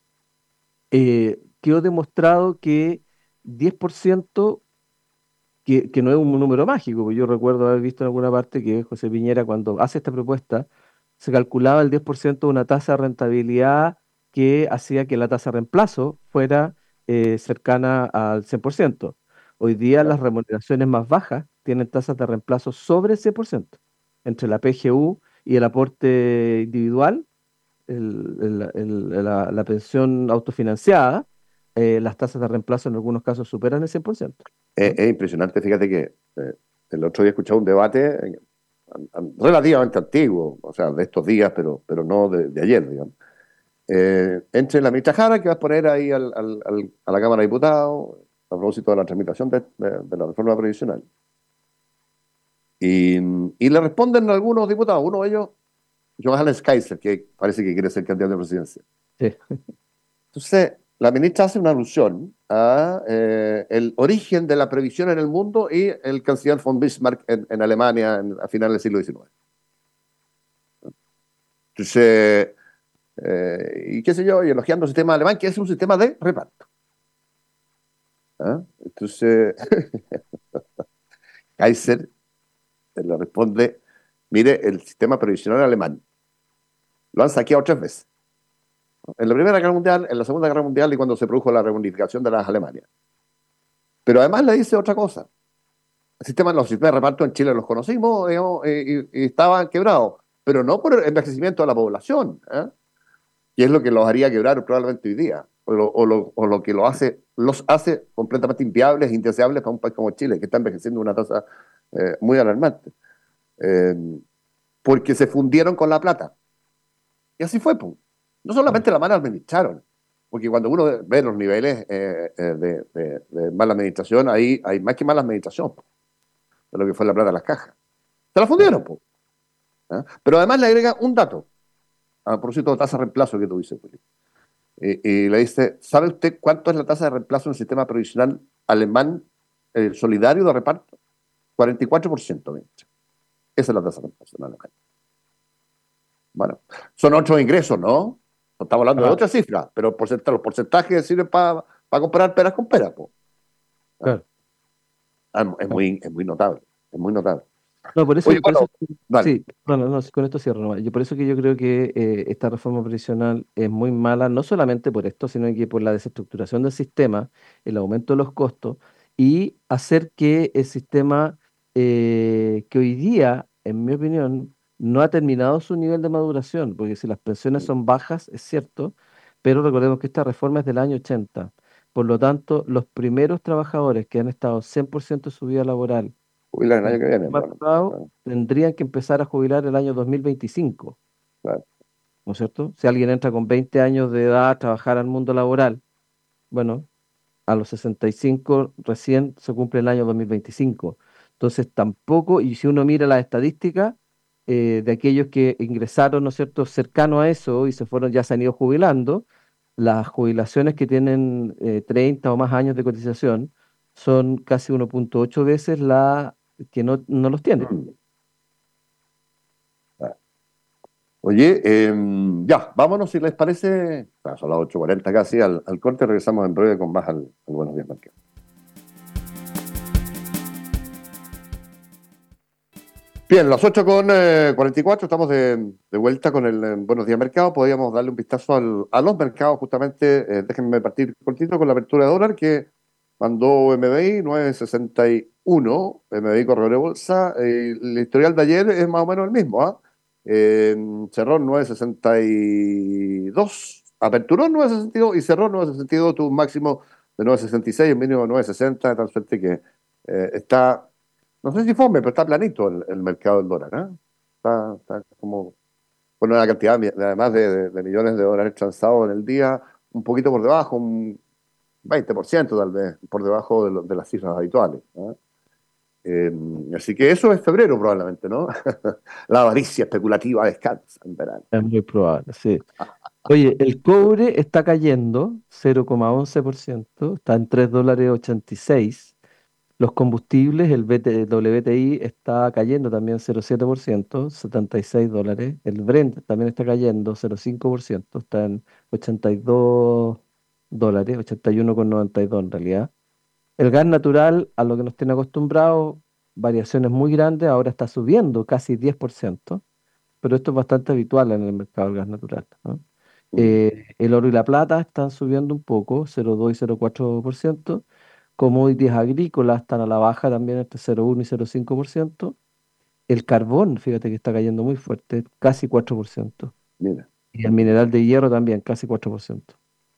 eh, quedó demostrado que diez por ciento, que, que no es un número mágico, porque yo recuerdo haber visto en alguna parte que José Piñera cuando hace esta propuesta, se calculaba el diez por ciento de una tasa de rentabilidad que hacía que la tasa de reemplazo fuera eh, cercana al cien por ciento. Hoy día Claro. las remuneraciones más bajas tienen tasas de reemplazo sobre el cien por ciento, entre la P G U y el aporte individual, el- el- el- la, la pensión autofinanciada, eh, las tasas de reemplazo en algunos casos superan el cien por ciento. Es, ¿No? es impresionante, fíjate que eh, el otro día he escuchado un debate eh, an- an- relativamente antiguo, o sea, de estos días, pero, pero no de, de ayer, digamos, eh, entre la ministra Jara, que va a poner ahí al- al- al- a la Cámara de Diputados a propósito de la tramitación de, de- de la reforma previsional. Y, y le responden algunos diputados, uno de ellos, Johannes Kaiser, que parece que quiere ser candidato a presidencia. Sí. Entonces, la ministra hace una alusión a eh, el origen de la previsión en el mundo y el canciller von Bismarck en, en Alemania en- a finales del siglo diecinueve. Entonces, eh, y qué sé yo, y elogiando el sistema alemán, que es un sistema de reparto. ¿Ah? Entonces, Kaiser le responde, mire, el sistema previsional alemán lo han saqueado tres veces. En la Primera Guerra Mundial, en la Segunda Guerra Mundial y cuando se produjo la reunificación de las Alemanias. Pero además le dice otra cosa. sistemas, los sistemas de reparto en Chile los conocimos, digamos, eh, y, y estaban quebrados, pero no por el envejecimiento de la población, ¿eh? Y es lo que los haría quebrar probablemente hoy día, o lo, o lo, o lo que lo hace, los hace completamente inviables, indeseables para un país como Chile, que está envejeciendo a una tasa eh, muy alarmante. Eh, porque se fundieron con la plata. Y así fue, pues. No solamente la mal administraron, porque cuando uno ve los niveles eh, de, de, de mala administración, ahí hay más que mala administración, po, de lo que fue la plata de las cajas. Se la fundieron, pues. ¿Eh? Pero además le agrega un dato, a propósito de tasa de reemplazo que tú dices, Willy. Y, y le dice, ¿sabe usted cuánto es la tasa de reemplazo en el sistema provisional alemán eh, solidario de reparto? cuarenta y cuatro por ciento, de hecho. Esa es la tasa de reemplazo en Alemania. Bueno, son otros ingresos, ¿no? Estamos hablando ah. de otra cifra, pero porcentaje, los porcentajes sirven para pa comprar peras con peras, po. Claro. Ah, es, muy, es muy notable, es muy notable. No, por eso, Oye, por bueno, eso sí, bueno, no, con esto cierro nomás. Yo por eso que yo creo que eh, esta reforma previsional es muy mala, no solamente por esto, sino que por la desestructuración del sistema, el aumento de los costos y hacer que el sistema eh, que hoy día, en mi opinión, no ha terminado su nivel de maduración, porque si las pensiones son bajas, es cierto, pero recordemos que esta reforma es del año ochenta. Por lo tanto, los primeros trabajadores que han estado cien por ciento de su vida laboral jubilar el año que viene, bueno, claro, tendrían que empezar a jubilar el año dos mil veinticinco, claro. ¿no es cierto? Si alguien entra con veinte años de edad a trabajar al mundo laboral, bueno, a los sesenta y cinco recién se cumple el año dos mil veinticinco. Entonces tampoco, y si uno mira las estadísticas eh, de aquellos que ingresaron, ¿no es cierto?, cercano a eso y se fueron, ya se han ido jubilando, las jubilaciones que tienen eh, treinta o más años de cotización son casi uno punto ocho veces la que no, no los tienen. Mm. Oye, eh, ya, vámonos si les parece, ah, son las ocho cuarenta casi, al, al corte, regresamos en breve con más al, al Buenos Días Mercado. Bien, las ocho con cuarenta y cuatro, estamos de, de vuelta con el eh, Buenos Días Mercado. Podríamos darle un vistazo al, a los mercados, justamente, eh, déjenme partir cortito con la apertura de dólar que mandó M B I nueve sesenta y uno, M B I Corredor de Bolsa. Eh, el historial de ayer es más o menos el mismo, ¿ah? ¿eh? Eh, cerró nueve sesenta y dos, aperturó nueve sesenta y dos y cerró nueve sesenta y dos, tuvo un máximo de nueve sesenta y seis, un mínimo de nueve sesenta, de tal suerte que eh, está, no sé si fome, pero está planito el, el mercado del dólar, ¿eh? Está, está como con una cantidad, además de, de, de millones de dólares transados en el día, un poquito por debajo, un veinte por ciento tal vez, por debajo de, lo, de las cifras habituales, ¿eh? Eh, así que eso es febrero probablemente, ¿no? La avaricia especulativa descansa en verano. Es muy probable, sí. Oye, el cobre está cayendo cero coma once por ciento, está en tres dólares ochenta y seis. Los combustibles, el W T I está cayendo también cero coma siete por ciento, setenta y seis dólares. El Brent también está cayendo cero coma cinco por ciento, está en ochenta y dos dólares, ochenta y uno coma noventa y dos en realidad. El gas natural, a lo que nos tiene acostumbrados, variaciones muy grandes, ahora está subiendo casi diez por ciento, pero esto es bastante habitual en el mercado del gas natural, ¿no? Eh, el oro y la plata están subiendo un poco, cero coma dos y cero coma cuatro por ciento. Commodities agrícolas están a la baja también entre cero coma uno y cero coma cinco por ciento. El carbón, fíjate que está cayendo muy fuerte, casi cuatro por ciento. Mira. Y el mineral de hierro también, casi cuatro por ciento.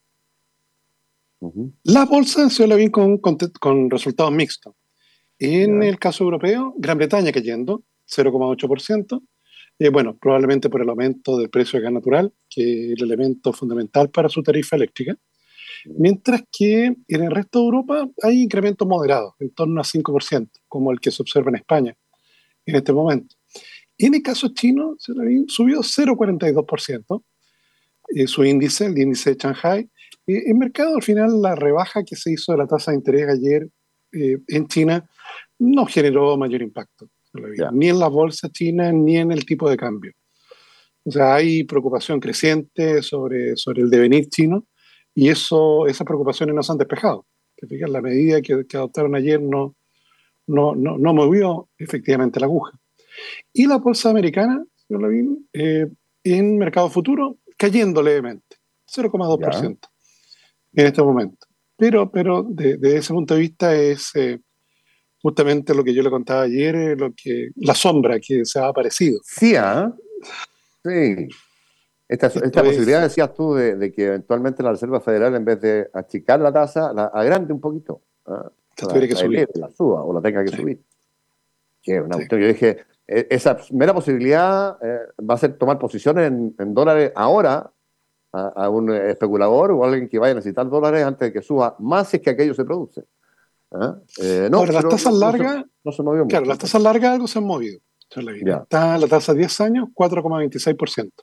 Uh-huh. La bolsa se habla bien con, con, con resultados mixtos. En yeah. el caso europeo, Gran Bretaña cayendo cero coma ocho por ciento. Eh, bueno, probablemente por el aumento del precio de gas natural, que es el elemento fundamental para su tarifa eléctrica. Mientras que en el resto de Europa hay incrementos moderados, en torno a cinco por ciento, como el que se observa en España en este momento. En el caso chino, subió cero coma cuarenta y dos por ciento eh, su índice, el índice de Shanghai. Eh, en mercado, al final, la rebaja que se hizo de la tasa de interés ayer eh, en China no generó mayor impacto, yeah. ni en la bolsa china, ni en el tipo de cambio. O sea, hay preocupación creciente sobre, sobre el devenir chino, y eso, esas preocupaciones no se han despejado. Que fíjate, la medida que, que adoptaron ayer no, no, no, no movió efectivamente la aguja. Y la bolsa americana, señor Lavín, eh, en mercado futuro, cayendo levemente, cero coma dos por ciento en este momento. Pero, pero de, de ese punto de vista es, eh, justamente lo que yo le contaba ayer, eh, lo que, la sombra que se ha aparecido. Sí, ¿ah? Sí. Esta, Esto esta posibilidad, es, decías tú, de, de que eventualmente la Reserva Federal, en vez de achicar la tasa, la agrande un poquito, ¿ah? se la, tuviera que la subir. eleve, la suba o la tenga que Sí, subir. Que es una sí. cuestión. Yo dije, eh, esa mera posibilidad eh, va a ser tomar posiciones en, en dólares ahora a, a un especulador o a alguien que vaya a necesitar dólares antes de que suba más si es que aquello se produce. ¿Ah? Eh, no, Ahora, las pero tasas no, no se, largas, no se movió claro, mucho. las tasas largas algo se han movido. Se le viene. Ya. Está la tasa diez años, cuatro coma veintiséis por ciento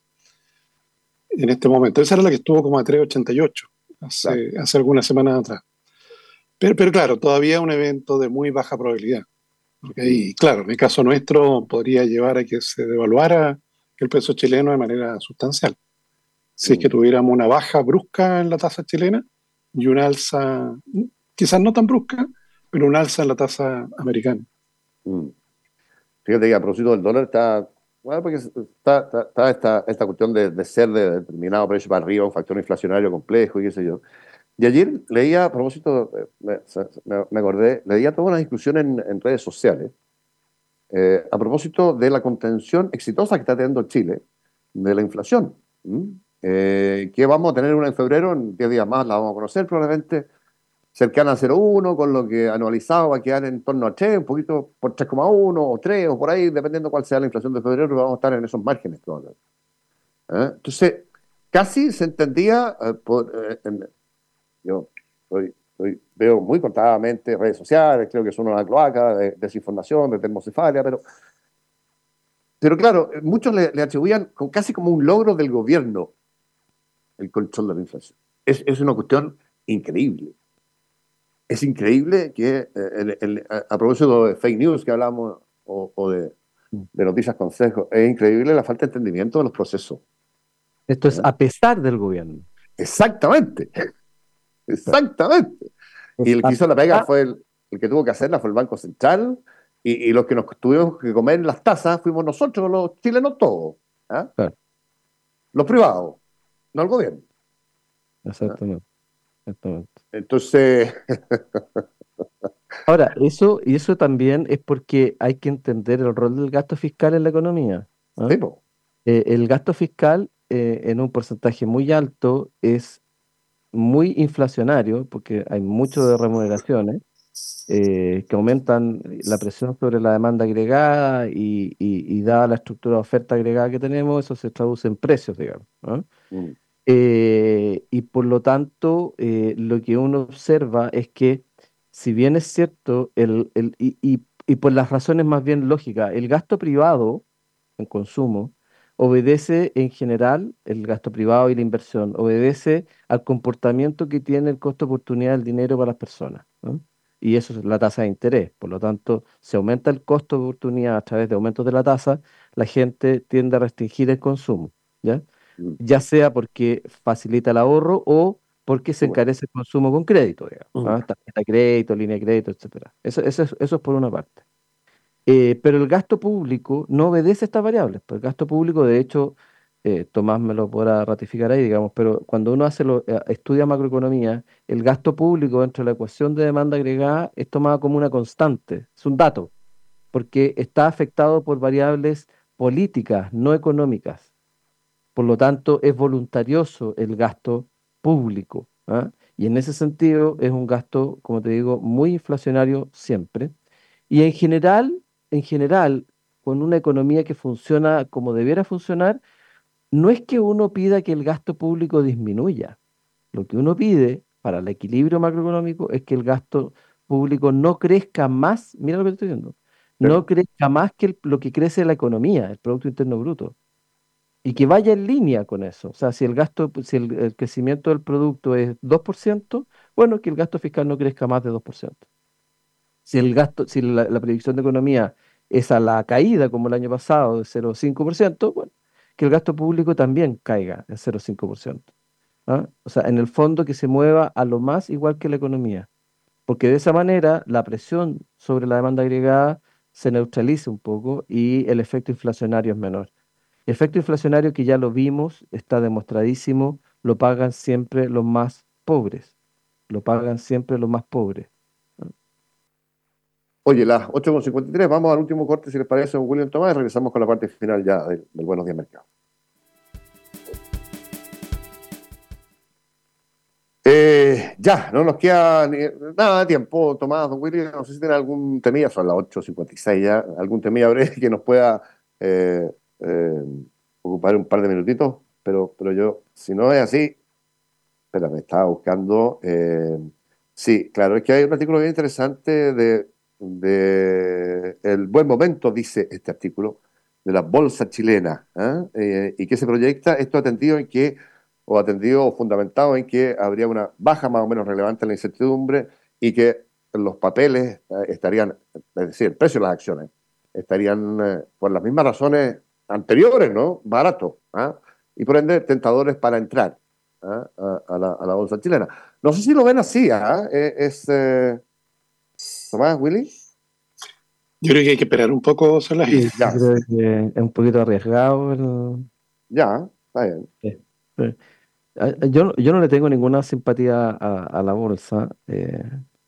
en este momento. Esa era la que estuvo como a tres coma ochenta y ocho Claro. hace, hace algunas semanas atrás. Pero, pero claro, todavía un evento de muy baja probabilidad. ¿Ok? Mm. Y claro, en el caso nuestro podría llevar a que se devaluara el peso chileno de manera sustancial. Si es que Mm. tuviéramos una baja brusca en la tasa chilena y una alza, quizás no tan brusca, pero una alza en la tasa americana. Mm. Fíjate que a propósito del dólar está, bueno, porque está, está, está esta, esta cuestión de, de ser de determinado precio para arriba, un factor inflacionario complejo y qué sé yo. Y ayer leía, a propósito, eh, me, me, me acordé, leía toda una discusión en, en redes sociales eh, a propósito de la contención exitosa que está teniendo Chile de la inflación. ¿Mm? Eh, que vamos a tener una en febrero, en diez días más la vamos a conocer probablemente, cercana a cero coma uno, con lo que anualizado va a quedar en torno a tres, un poquito por tres coma uno o tres o por ahí, dependiendo cuál sea la inflación de febrero, vamos a estar en esos márgenes probablemente. ¿Eh? Entonces, casi se entendía, eh, por, eh, en, yo soy, soy, veo muy contadamente redes sociales, creo que son una cloaca de desinformación, de termocefalia, pero, pero claro, muchos le, le atribuían con, casi como un logro del gobierno el control de la inflación. Es, es una cuestión increíble. Es increíble que, eh, el, el, a propósito de fake news que hablamos, o, o de, de noticias consejos, es increíble la falta de entendimiento de los procesos. Esto es ¿Eh? a pesar del gobierno. Exactamente, exactamente. Y Es el a que hizo la pega pesar- fue el, el que tuvo que hacerla, fue el Banco Central, y, y los que nos tuvimos que comer las tasas fuimos nosotros, los chilenos todos, ¿ah? Claro, Los privados, no el gobierno. ¿Ah? exactamente, exactamente. Entonces, Ahora, eso, y eso también es porque hay que entender el rol del gasto fiscal en la economía. ¿Ah? sí, po. Eh, el gasto fiscal eh, en un porcentaje muy alto es muy inflacionario porque hay mucho de remuneraciones eh, que aumentan la presión sobre la demanda agregada y, y, y dada la estructura de oferta agregada que tenemos, eso se traduce en precios, digamos. ¿No? Mm. Eh, y por lo tanto, eh, lo que uno observa es que, si bien es cierto, el, el, y, y, y por las razones más bien lógicas, el gasto privado en consumo obedece en general, el gasto privado y la inversión, obedece al comportamiento que tiene el costo de oportunidad del dinero para las personas, ¿no? Y eso es la tasa de interés. Por lo tanto, si aumenta el costo de oportunidad a través de aumentos de la tasa, la gente tiende a restringir el consumo, ¿ya? Mm. Ya sea porque facilita el ahorro o porque se Súper. encarece el consumo con crédito, digamos, Mm. ¿ah? Tarjeta de crédito, línea de crédito, etcétera. Eso, eso es, eso es por una parte. Eh, pero el gasto público no obedece a estas variables. Pues el gasto público, de hecho, eh, Tomás me lo podrá ratificar ahí, digamos, pero cuando uno hace lo, eh, estudia macroeconomía, el gasto público dentro de la ecuación de demanda agregada es tomado como una constante, es un dato, porque está afectado por variables políticas, no económicas. Por lo tanto, es voluntarioso el gasto público, ¿ah? Y en ese sentido es un gasto, como te digo, muy inflacionario siempre. Y en general, en general, con una economía que funciona como debiera funcionar, no es que uno pida que el gasto público disminuya. Lo que uno pide para el equilibrio macroeconómico es que el gasto público no crezca más, mira lo que estoy diciendo, Sí. no crezca más que el- lo que crece la economía, el Producto Interno Bruto, y que vaya en línea con eso. O sea, si el gasto, si el, el crecimiento del producto es dos por ciento, bueno, que el gasto fiscal no crezca más de dos por ciento. Si el gasto, si la, la predicción de economía es a la caída, como el año pasado, de cero coma cinco por ciento, bueno, que el gasto público también caiga en cero coma cinco por ciento. ¿Ah? O sea, en el fondo que se mueva a lo más igual que la economía, porque de esa manera la presión sobre la demanda agregada se neutraliza un poco y el efecto inflacionario es menor. El efecto inflacionario, que ya lo vimos, está demostradísimo, lo pagan siempre los más pobres, lo pagan siempre los más pobres. ¿Ah? Oye, las ocho con cincuenta y tres, vamos al último corte, si les parece, don William Tomás, y regresamos con la parte final ya del, del Buenos Días Mercado. Eh, ya, no nos queda ni, nada de tiempo, Tomás, don William, no sé si tiene algún temilla, son las ocho cincuenta y seis ya, algún temilla breve que nos pueda eh, eh, ocupar un par de minutitos, pero, pero yo, si no es así, espera, me estaba buscando, eh, sí, claro, es que hay un artículo bien interesante de, de El Buen Momento, dice este artículo, de la bolsa chilena, ¿eh? Eh, y que se proyecta esto atendido en que o atendido o fundamentado en que habría una baja más o menos relevante en la incertidumbre y que los papeles eh, estarían, es decir, el precio de las acciones, estarían eh, por las mismas razones anteriores, ¿no? Baratos, ¿eh? Y por ende tentadores para entrar ¿eh? a, a, la, a la bolsa chilena. No sé si lo ven así, ¿eh? Es, eh, ¿Tomás, Willy? Yo creo que hay que esperar un poco, Solá. Sí, ya. Creo que es un poquito arriesgado. El... Ya, está bien. Sí, sí. Yo, yo no le tengo ninguna simpatía a, a la bolsa, eh,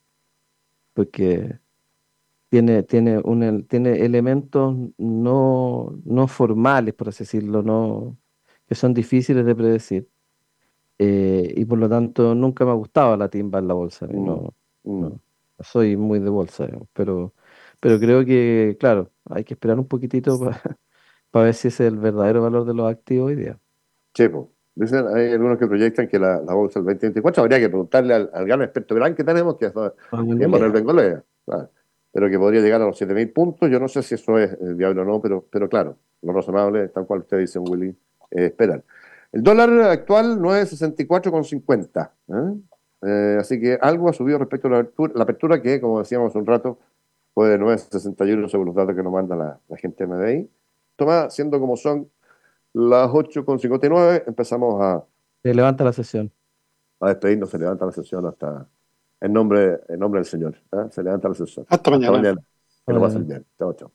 porque tiene, tiene, un, tiene elementos no, no formales, por así decirlo, no, que son difíciles de predecir. Eh, y por lo tanto nunca me ha gustado la timba en la bolsa. Mm, no, mm. no, no soy muy de bolsa, digamos, pero, pero creo que, claro, hay que esperar un poquitito para pa ver si ese es el verdadero valor de los activos hoy día. Chepo. Dicen, hay algunos que proyectan que la, la bolsa del veinte veinticuatro, habría que preguntarle al, al gran experto gran que tenemos, que es Manuel Bengolea, claro, pero que podría llegar a los siete mil puntos. Yo no sé si eso es eh, viable o no, pero, pero claro, lo razonable, tal cual usted dice, Willy, eh, esperan. El dólar actual nueve sesenta y cuatro con cincuenta, ¿eh? Eh, así que algo ha subido respecto a la apertura, la apertura que, como decíamos hace un rato, fue de nueve sesenta y uno según los datos que nos manda la, la gente de M D I. Tomás, siendo como son las ocho con cincuenta y nueve, empezamos a... Se levanta la sesión. A despedirnos, se levanta la sesión hasta... En nombre, en nombre del Señor. ¿eh? Se levanta la sesión. Hasta mañana. Hasta mañana. Que lo pasen bien. Chao, chao.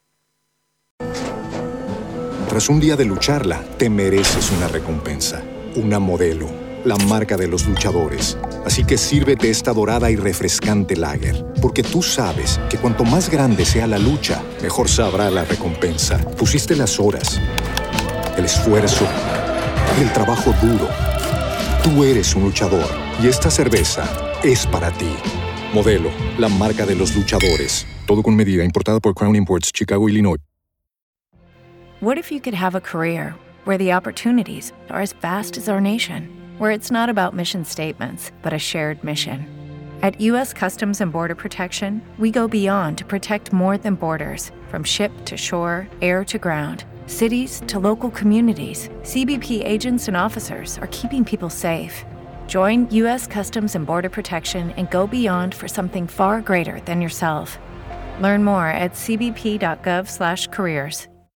Tras un día de lucharla, te mereces una recompensa. Una Modelo, la marca de los luchadores. Así que sírvete esta dorada y refrescante lager, porque tú sabes que cuanto más grande sea la lucha, mejor sabrá la recompensa. Pusiste las horas, el esfuerzo, el trabajo duro. Tú eres un luchador y esta cerveza es para ti. Modelo, la marca de los luchadores. Todo con medida, importada por Crown Imports, Chicago, Illinois. What if you could have a career where the opportunities are as vast as our nation, where it's not about mission statements, but a shared mission? At U S Customs and Border Protection, we go beyond to protect more than borders, from ship to shore, air to ground. Cities to local communities, C B P agents and officers are keeping people safe. Join U S Customs and Border Protection and go beyond for something far greater than yourself. Learn more at c b p dot gov slash careers.